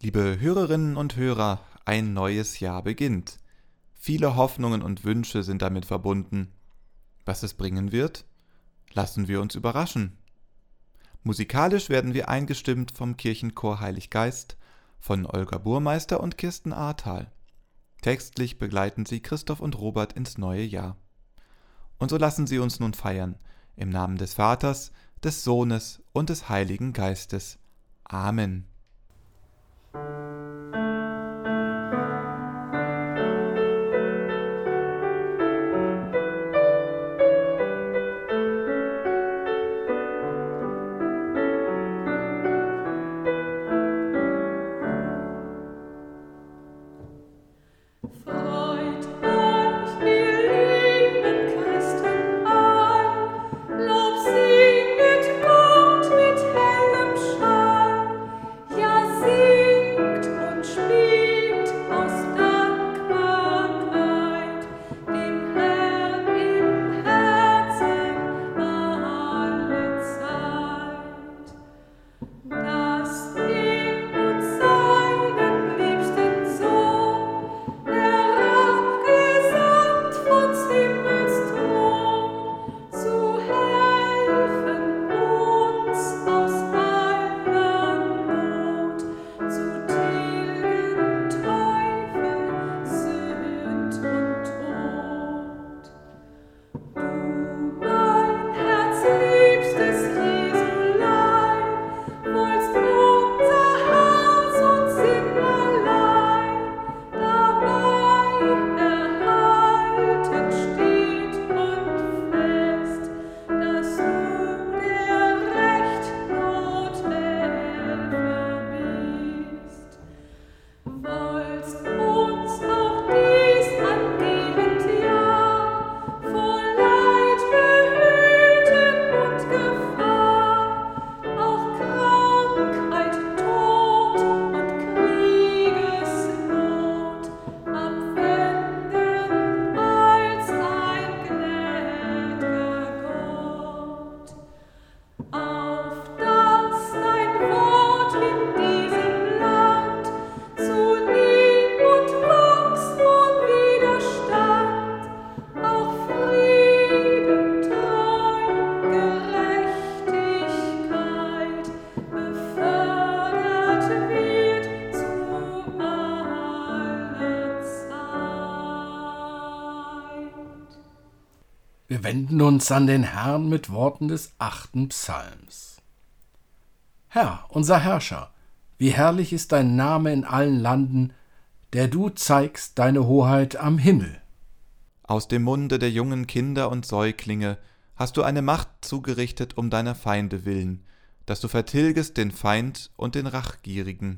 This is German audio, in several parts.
Liebe Hörerinnen und Hörer, ein neues Jahr beginnt. Viele Hoffnungen und Wünsche sind damit verbunden. Was es bringen wird? Lassen wir uns überraschen. Musikalisch werden wir eingestimmt vom Kirchenchor Heilig Geist, von Olga Burmeister und Kirsten Ahrtal. Textlich begleiten sie Christoph und Robert ins neue Jahr. Und so lassen Sie uns nun feiern, im Namen des Vaters, des Sohnes und des Heiligen Geistes. Amen. Wir wenden uns an den Herrn mit Worten des 8. Psalms. Herr, unser Herrscher, wie herrlich ist dein Name in allen Landen, der du zeigst deine Hoheit am Himmel. Aus dem Munde der jungen Kinder und Säuglinge hast du eine Macht zugerichtet um deiner Feinde willen, dass du vertilgest den Feind und den Rachgierigen.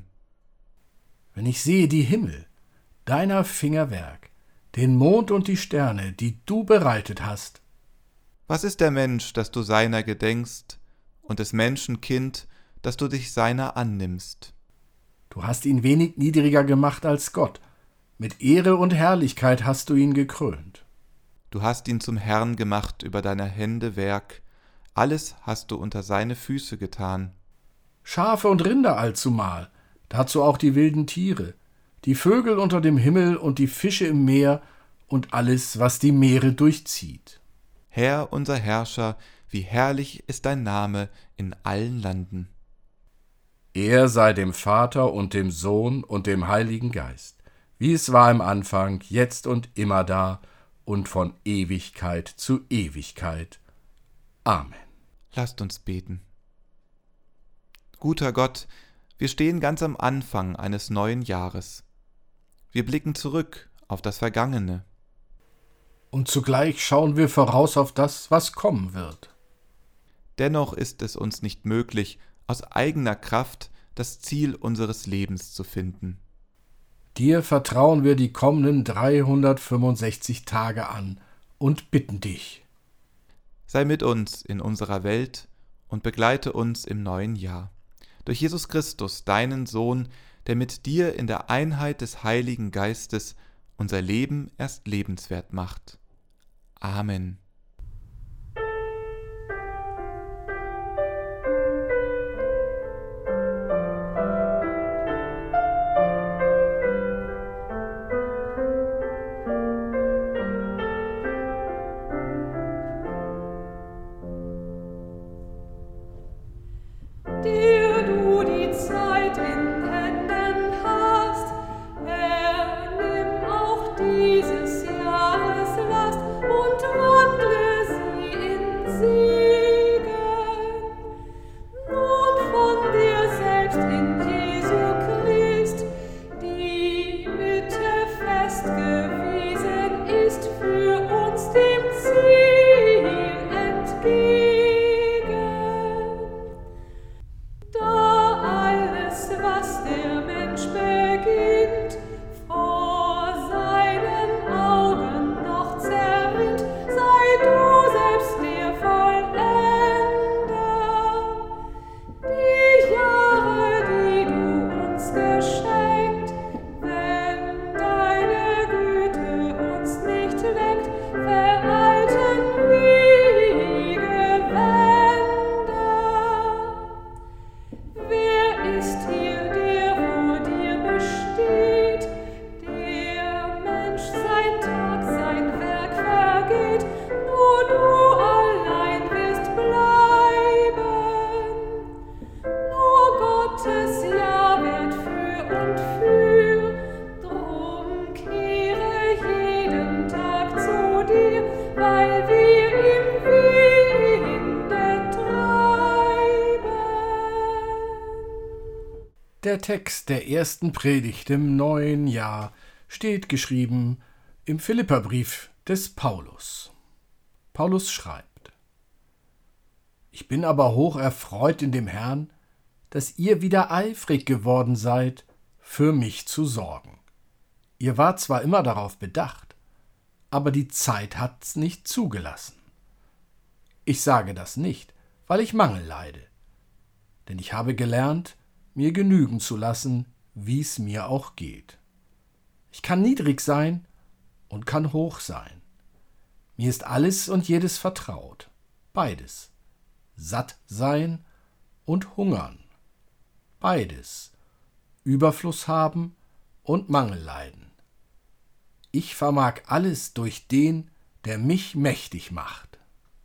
Wenn ich sehe die Himmel, deiner Finger Werk, den Mond und die Sterne, die du bereitet hast. Was ist der Mensch, dass du seiner gedenkst, und des Menschen Kind, dass du dich seiner annimmst? Du hast ihn wenig niedriger gemacht als Gott, mit Ehre und Herrlichkeit hast du ihn gekrönt. Du hast ihn zum Herrn gemacht über deiner Hände Werk, alles hast du unter seine Füße getan. Schafe und Rinder allzumal, dazu auch die wilden Tiere, die Vögel unter dem Himmel und die Fische im Meer und alles, was die Meere durchzieht. Herr, unser Herrscher, wie herrlich ist dein Name in allen Landen. Er sei dem Vater und dem Sohn und dem Heiligen Geist, wie es war im Anfang, jetzt und immer da und von Ewigkeit zu Ewigkeit. Amen. Lasst uns beten. Guter Gott, wir stehen ganz am Anfang eines neuen Jahres. Wir blicken zurück auf das Vergangene. Und zugleich schauen wir voraus auf das, was kommen wird. Dennoch ist es uns nicht möglich, aus eigener Kraft das Ziel unseres Lebens zu finden. Dir vertrauen wir die kommenden 365 Tage an und bitten dich. Sei mit uns in unserer Welt und begleite uns im neuen Jahr. Durch Jesus Christus, deinen Sohn, der mit dir in der Einheit des Heiligen Geistes unser Leben erst lebenswert macht. Amen. Der Text der ersten Predigt im neuen Jahr steht geschrieben im Philipperbrief des Paulus. Paulus schreibt: Ich bin aber hoch erfreut in dem Herrn, dass ihr wieder eifrig geworden seid, für mich zu sorgen. Ihr wart zwar immer darauf bedacht, aber die Zeit hat's nicht zugelassen. Ich sage das nicht, weil ich Mangel leide, denn ich habe gelernt, mir genügen zu lassen, wie es mir auch geht. Ich kann niedrig sein und kann hoch sein. Mir ist alles und jedes vertraut, beides, satt sein und hungern, beides, Überfluss haben und Mangel leiden. Ich vermag alles durch den, der mich mächtig macht.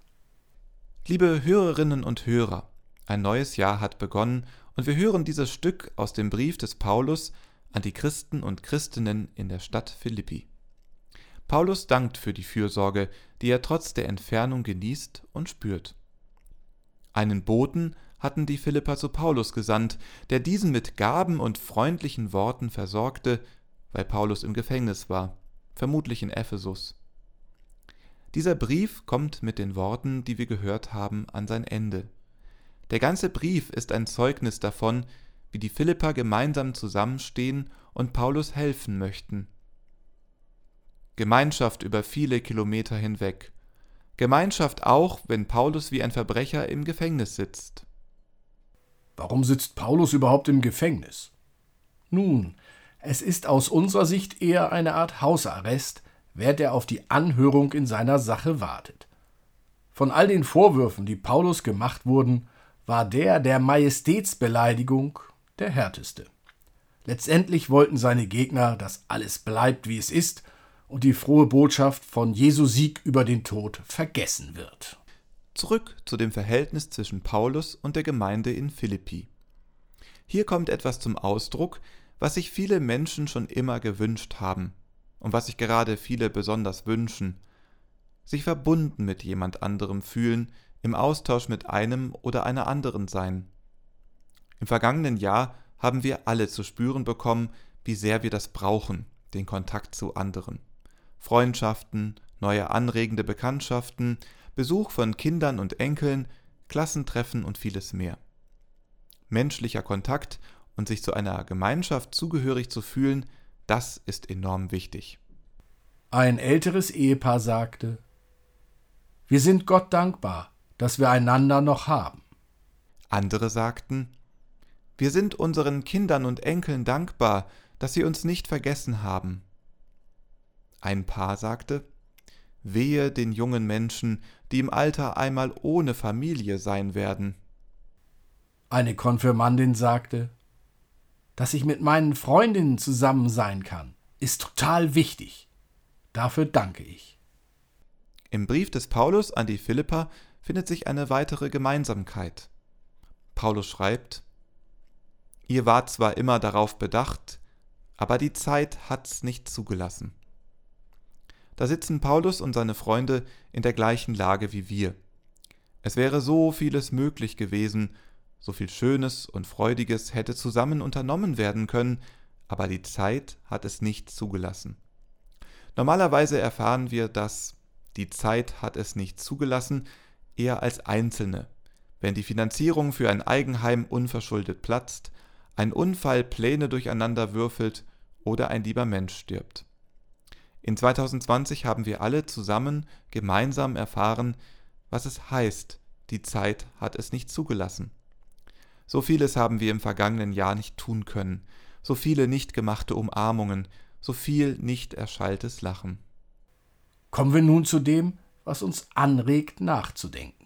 Liebe Hörerinnen und Hörer, ein neues Jahr hat begonnen und wir hören dieses Stück aus dem Brief des Paulus an die Christen und Christinnen in der Stadt Philippi. Paulus dankt für die Fürsorge, die er trotz der Entfernung genießt und spürt. Einen Boten hatten die Philipper zu Paulus gesandt, der diesen mit Gaben und freundlichen Worten versorgte, weil Paulus im Gefängnis war, vermutlich in Ephesus. Dieser Brief kommt mit den Worten, die wir gehört haben, an sein Ende. Der ganze Brief ist ein Zeugnis davon, wie die Philipper gemeinsam zusammenstehen und Paulus helfen möchten. Gemeinschaft über viele Kilometer hinweg. Gemeinschaft auch, wenn Paulus wie ein Verbrecher im Gefängnis sitzt. Warum sitzt Paulus überhaupt im Gefängnis? Nun, es ist aus unserer Sicht eher eine Art Hausarrest, während er auf die Anhörung in seiner Sache wartet. Von all den Vorwürfen, die Paulus gemacht wurden, war der Majestätsbeleidigung der härteste. Letztendlich wollten seine Gegner, dass alles bleibt, wie es ist, und die frohe Botschaft von Jesu Sieg über den Tod vergessen wird. Zurück zu dem Verhältnis zwischen Paulus und der Gemeinde in Philippi. Hier kommt etwas zum Ausdruck, was sich viele Menschen schon immer gewünscht haben und was sich gerade viele besonders wünschen: sich verbunden mit jemand anderem fühlen, im Austausch mit einem oder einer anderen sein. Im vergangenen Jahr haben wir alle zu spüren bekommen, wie sehr wir das brauchen, den Kontakt zu anderen. Freundschaften, neue anregende Bekanntschaften, Besuch von Kindern und Enkeln, Klassentreffen und vieles mehr. Menschlicher Kontakt und sich zu einer Gemeinschaft zugehörig zu fühlen, das ist enorm wichtig. Ein älteres Ehepaar sagte: Wir sind Gott dankbar, dass wir einander noch haben. Andere sagten: Wir sind unseren Kindern und Enkeln dankbar, dass sie uns nicht vergessen haben. Ein Paar sagte: Wehe den jungen Menschen, die im Alter einmal ohne Familie sein werden. Eine Konfirmandin sagte: Dass ich mit meinen Freundinnen zusammen sein kann, ist total wichtig. Dafür danke ich. Im Brief des Paulus an die Philipper findet sich eine weitere Gemeinsamkeit. Paulus schreibt: Ihr wart zwar immer darauf bedacht, aber die Zeit hat's nicht zugelassen. Da sitzen Paulus und seine Freunde in der gleichen Lage wie wir. Es wäre so vieles möglich gewesen, so viel Schönes und Freudiges hätte zusammen unternommen werden können, aber die Zeit hat es nicht zugelassen. Normalerweise erfahren wir, dass die Zeit hat es nicht zugelassen, eher als Einzelne, wenn die Finanzierung für ein Eigenheim unverschuldet platzt, ein Unfall Pläne durcheinander würfelt oder ein lieber Mensch stirbt. In 2020 haben wir alle zusammen gemeinsam erfahren, was es heißt, die Zeit hat es nicht zugelassen. So vieles haben wir im vergangenen Jahr nicht tun können, so viele nicht gemachte Umarmungen, so viel nicht erschalltes Lachen. Kommen wir nun zu dem, was uns anregt, nachzudenken.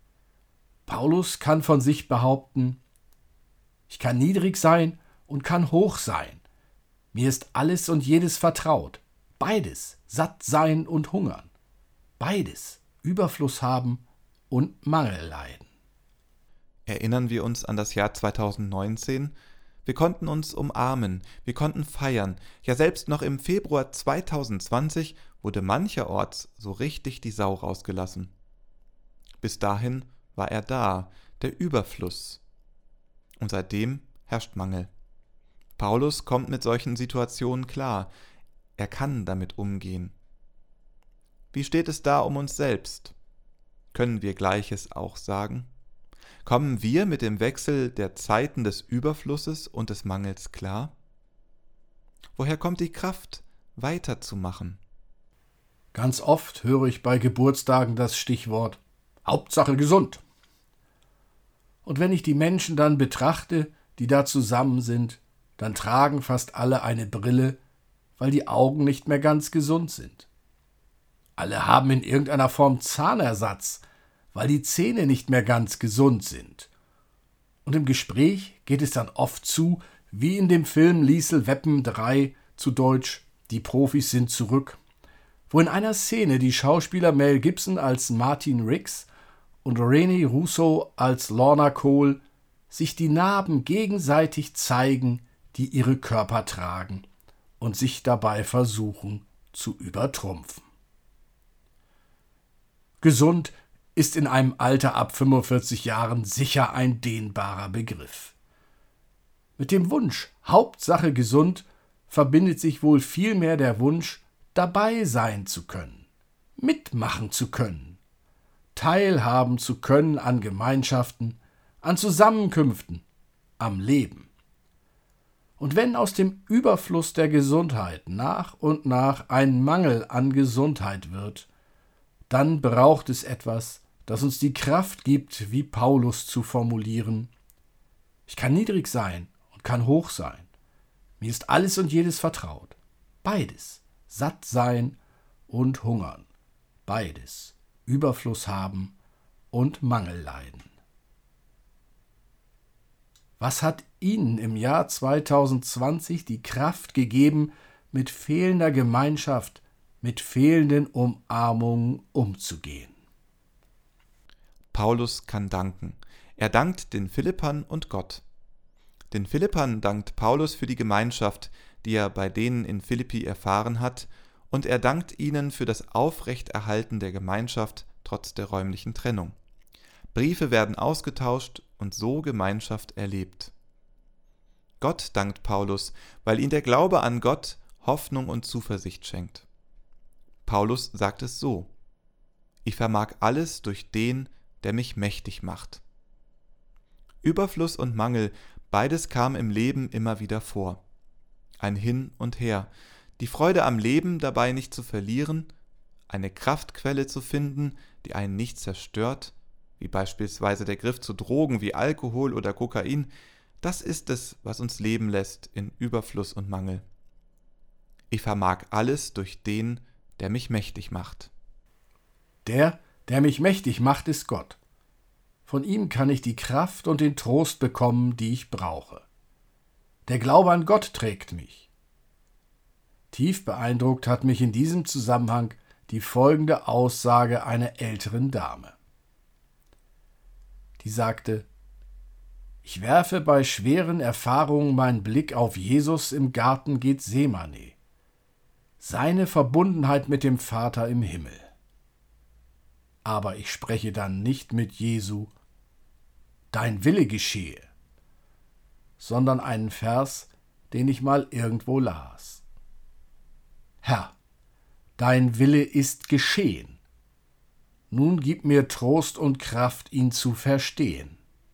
Paulus kann von sich behaupten: Ich kann niedrig sein und kann hoch sein. Mir ist alles und jedes vertraut. Beides, satt sein und hungern. Beides, Überfluss haben und Mangel leiden. Erinnern wir uns an das Jahr 2019? Wir konnten uns umarmen, wir konnten feiern. Ja, selbst noch im Februar 2020 wurde mancherorts so richtig die Sau rausgelassen. Bis dahin war er da, der Überfluss. Und seitdem herrscht Mangel. Paulus kommt mit solchen Situationen klar. Er kann damit umgehen. Wie steht es da um uns selbst? Können wir Gleiches auch sagen? Kommen wir mit dem Wechsel der Zeiten des Überflusses und des Mangels klar? Woher kommt die Kraft, weiterzumachen? Ganz oft höre ich bei Geburtstagen das Stichwort Hauptsache gesund. Und wenn ich die Menschen dann betrachte, die da zusammen sind, dann tragen fast alle eine Brille, weil die Augen nicht mehr ganz gesund sind. Alle haben in irgendeiner Form Zahnersatz, weil die Zähne nicht mehr ganz gesund sind. Und im Gespräch geht es dann oft zu, wie in dem Film Liesel Weppen 3, zu Deutsch Die Profis sind zurück, wo in einer Szene die Schauspieler Mel Gibson als Martin Riggs und Rene Russo als Lorna Cole sich die Narben gegenseitig zeigen, die ihre Körper tragen und sich dabei versuchen zu übertrumpfen. Gesund ist in einem Alter ab 45 Jahren sicher ein dehnbarer Begriff. Mit dem Wunsch Hauptsache gesund verbindet sich wohl vielmehr der Wunsch, dabei sein zu können, mitmachen zu können, teilhaben zu können an Gemeinschaften, an Zusammenkünften, am Leben. Und wenn aus dem Überfluss der Gesundheit nach und nach ein Mangel an Gesundheit wird, dann braucht es etwas, das uns die Kraft gibt, wie Paulus zu formulieren: Ich kann niedrig sein und kann hoch sein. Mir ist alles und jedes vertraut. Beides, satt sein und hungern. Beides, Überfluss haben und Mangel leiden. Was hat Ihnen im Jahr 2020 die Kraft gegeben, mit fehlender Gemeinschaft, mit fehlenden Umarmungen umzugehen? Paulus kann danken. Er dankt den Philippern und Gott. Den Philippern dankt Paulus für die Gemeinschaft, die er bei denen in Philippi erfahren hat, und er dankt ihnen für das Aufrechterhalten der Gemeinschaft trotz der räumlichen Trennung. Briefe werden ausgetauscht und so Gemeinschaft erlebt. Gott dankt Paulus, weil ihn der Glaube an Gott Hoffnung und Zuversicht schenkt. Paulus sagt es so: Ich vermag alles durch den, der mich mächtig macht. Überfluss und Mangel, beides kam im Leben immer wieder vor. Ein Hin und Her, die Freude am Leben dabei nicht zu verlieren, eine Kraftquelle zu finden, die einen nicht zerstört, wie beispielsweise der Griff zu Drogen wie Alkohol oder Kokain, das ist es, was uns leben lässt in Überfluss und Mangel. Ich vermag alles durch den, der mich mächtig macht. Der mich mächtig macht, ist Gott. Von ihm kann ich die Kraft und den Trost bekommen, die ich brauche. Der Glaube an Gott trägt mich. Tief beeindruckt hat mich in diesem Zusammenhang die folgende Aussage einer älteren Dame. Die sagte: Ich werfe bei schweren Erfahrungen meinen Blick auf Jesus im Garten Gethsemane, seine Verbundenheit mit dem Vater im Himmel. Aber ich spreche dann nicht mit Jesu: Dein Wille geschehe, sondern einen Vers, den ich mal irgendwo las. Herr, dein Wille ist geschehen. Nun gib mir Trost und Kraft, ihn zu verstehen.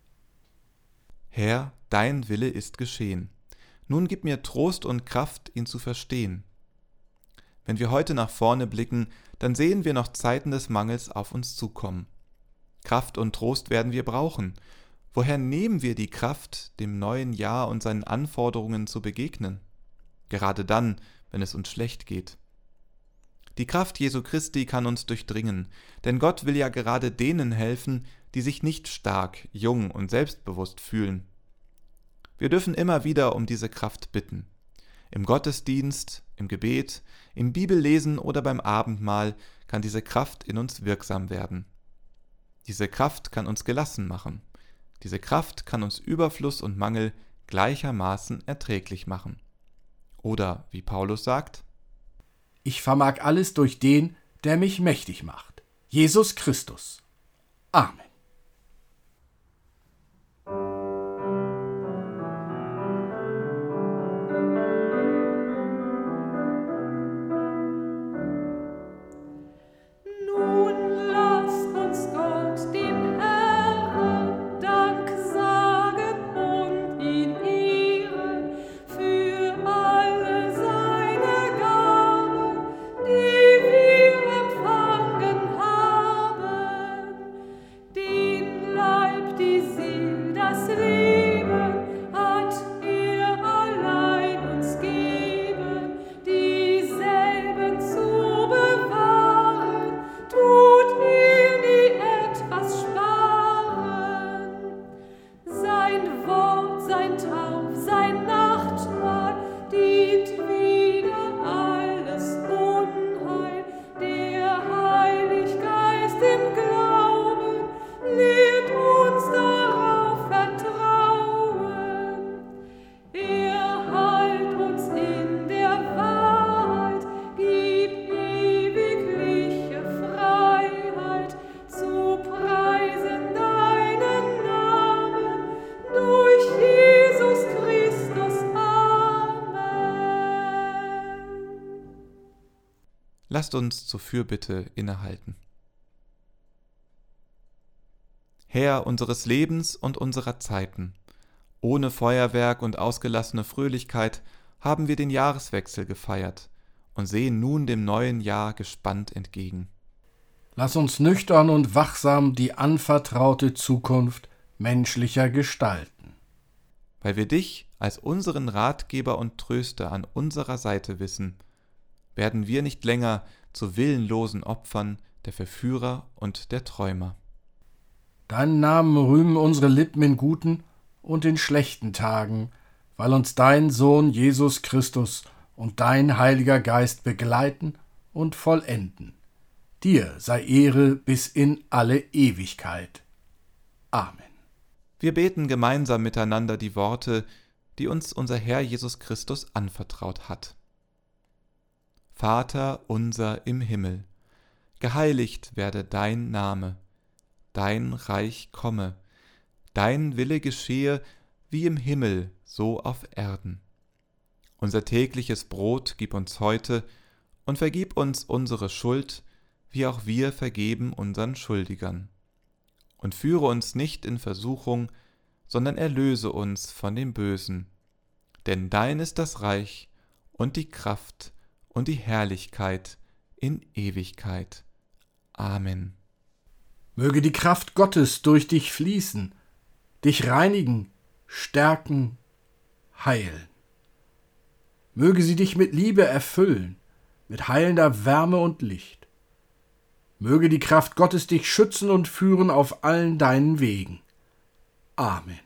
Herr, dein Wille ist geschehen. Nun gib mir Trost und Kraft, ihn zu verstehen. Wenn wir heute nach vorne blicken, dann sehen wir noch Zeiten des Mangels auf uns zukommen. Kraft und Trost werden wir brauchen. Woher nehmen wir die Kraft, dem neuen Jahr und seinen Anforderungen zu begegnen? Gerade dann, wenn es uns schlecht geht. Die Kraft Jesu Christi kann uns durchdringen, denn Gott will ja gerade denen helfen, die sich nicht stark, jung und selbstbewusst fühlen. Wir dürfen immer wieder um diese Kraft bitten. Im Gottesdienst, im Gebet, im Bibellesen oder beim Abendmahl kann diese Kraft in uns wirksam werden. Diese Kraft kann uns gelassen machen. Diese Kraft kann uns Überfluss und Mangel gleichermaßen erträglich machen. Oder, wie Paulus sagt: Ich vermag alles durch den, der mich mächtig macht. Jesus Christus. Amen. Lasst uns zur Fürbitte innehalten. Herr unseres Lebens und unserer Zeiten, ohne Feuerwerk und ausgelassene Fröhlichkeit haben wir den Jahreswechsel gefeiert und sehen nun dem neuen Jahr gespannt entgegen. Lass uns nüchtern und wachsam die anvertraute Zukunft menschlicher gestalten. Weil wir dich als unseren Ratgeber und Tröster an unserer Seite wissen, werden wir nicht länger zu willenlosen Opfern der Verführer und der Träumer. Deinen Namen rühmen unsere Lippen in guten und in schlechten Tagen, weil uns dein Sohn Jesus Christus und dein Heiliger Geist begleiten und vollenden. Dir sei Ehre bis in alle Ewigkeit. Amen. Wir beten gemeinsam miteinander die Worte, die uns unser Herr Jesus Christus anvertraut hat. Vater unser im Himmel, geheiligt werde dein Name, dein Reich komme, dein Wille geschehe, wie im Himmel, so auf Erden. Unser tägliches Brot gib uns heute und vergib uns unsere Schuld, wie auch wir vergeben unseren Schuldigern. Und führe uns nicht in Versuchung, sondern erlöse uns von dem Bösen. Denn dein ist das Reich und die Kraft und die Herrlichkeit in Ewigkeit. Amen. Möge die Kraft Gottes durch dich fließen, dich reinigen, stärken, heilen. Möge sie dich mit Liebe erfüllen, mit heilender Wärme und Licht. Möge die Kraft Gottes dich schützen und führen auf allen deinen Wegen. Amen.